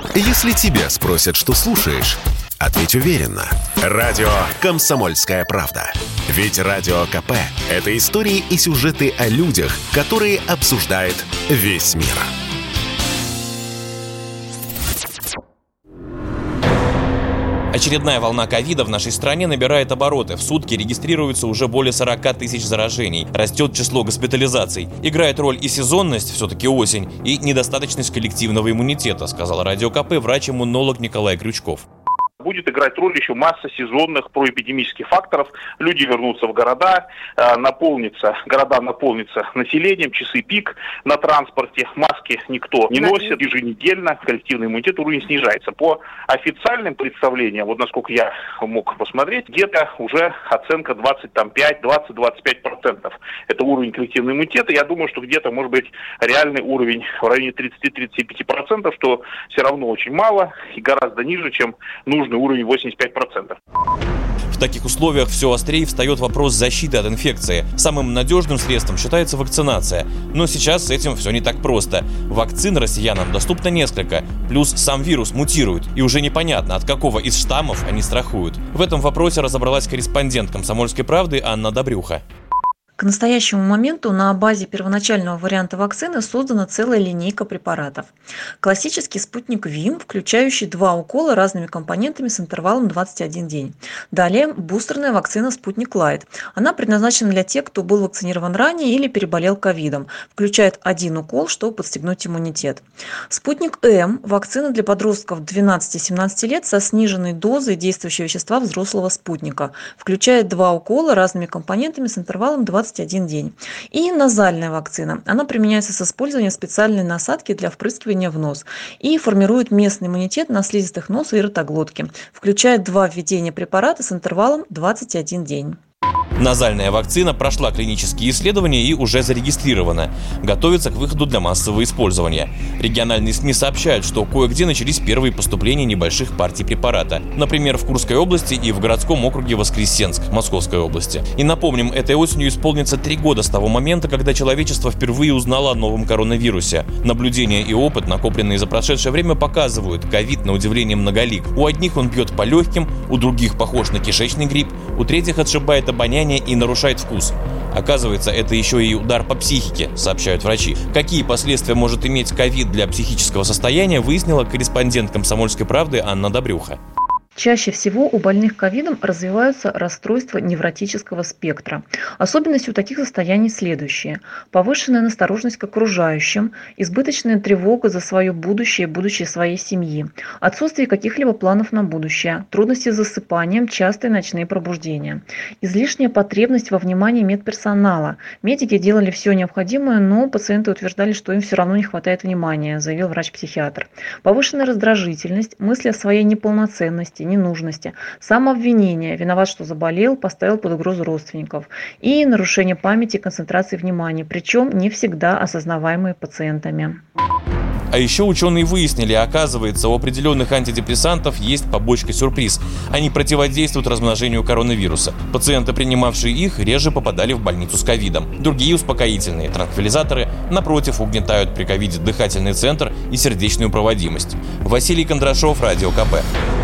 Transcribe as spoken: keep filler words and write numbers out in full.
Если тебя спросят, что слушаешь, ответь уверенно. Радио «Комсомольская правда». Ведь Радио КП – это истории и сюжеты о людях, которые обсуждает весь мир. Очередная волна ковида в нашей стране набирает обороты. В сутки регистрируется уже более сорок тысяч заражений. Растет число госпитализаций. Играет роль и сезонность, все-таки осень, и недостаточность коллективного иммунитета, сказал Радио КП врач-иммунолог Николай Крючков. Будет играть роль еще масса сезонных проэпидемических факторов. Люди вернутся в города, наполнится, города наполнятся населением, часы пик на транспорте, маски никто не носит, еженедельно коллективный иммунитет, уровень снижается. По официальным представлениям, вот насколько я мог посмотреть, где-то уже оценка двадцать пять - двадцать - двадцать пять процентов. Это уровень коллективного иммунитета. Я думаю, что где-то может быть реальный уровень в районе тридцать - тридцать пять процентов, что все равно очень мало и гораздо ниже, чем нужно уровень восемьдесят пять процентов. В таких условиях все острее встает вопрос защиты от инфекции. Самым надежным средством считается вакцинация. Но сейчас с этим все не так просто. Вакцин россиянам доступно несколько. Плюс сам вирус мутирует. И уже непонятно, от какого из штаммов они страхуют. В этом вопросе разобралась корреспондент «Комсомольской правды» Анна Добрюха. К настоящему моменту на базе первоначального варианта вакцины создана целая линейка препаратов. Классический спутник ВИМ, включающий два укола разными компонентами с интервалом двадцать один день. Далее бустерная вакцина «Спутник Лайт». Она предназначена для тех, кто был вакцинирован ранее или переболел ковидом. Включает один укол, чтобы подстегнуть иммунитет. «Спутник М» – вакцина для подростков двенадцати-семнадцати лет со сниженной дозой действующего вещества взрослого спутника. Включает два укола разными компонентами с интервалом двадцать один день. И назальная вакцина. Она применяется с использованием специальной насадки для впрыскивания в нос и формирует местный иммунитет на слизистых носа и ротоглотки. Включает два введения препарата с интервалом двадцать один день. Назальная вакцина прошла клинические исследования и уже зарегистрирована. Готовится к выходу для массового использования. Региональные СМИ сообщают, что кое-где начались первые поступления небольших партий препарата. Например, в Курской области и в городском округе Воскресенск Московской области. И напомним, этой осенью исполнится три года с того момента, когда человечество впервые узнало о новом коронавирусе. Наблюдения и опыт, накопленные за прошедшее время, показывают, ковид на удивление многолик. У одних он бьет по легким, у других похож на кишечный грипп, у третьих отшибает обоняние и нарушает вкус. Оказывается, это еще и удар по психике, сообщают врачи. Какие последствия может иметь ковид для психического состояния, выяснила корреспондент «Комсомольской правды» Анна Добрюха. Чаще всего у больных ковидом развиваются расстройства невротического спектра. Особенностью таких состояний следующие: повышенная настороженность к окружающим, избыточная тревога за свое будущее и будущее своей семьи, отсутствие каких-либо планов на будущее, трудности с засыпанием, частые ночные пробуждения, излишняя потребность во внимании медперсонала. Медики делали все необходимое, но пациенты утверждали, что им все равно не хватает внимания, заявил врач-психиатр. Повышенная раздражительность, мысли о своей неполноценности, ненужности, самообвинение, виноват, что заболел, поставил под угрозу родственников, и нарушение памяти, концентрации внимания, причем не всегда осознаваемые пациентами. А еще ученые выяснили, оказывается, у определенных антидепрессантов есть побочка-сюрприз. Они противодействуют размножению коронавируса. Пациенты, принимавшие их, реже попадали в больницу с ковидом. Другие успокоительные, транквилизаторы, напротив, угнетают при ковиде дыхательный центр и сердечную проводимость. Василий Кондрашов, Радио КП.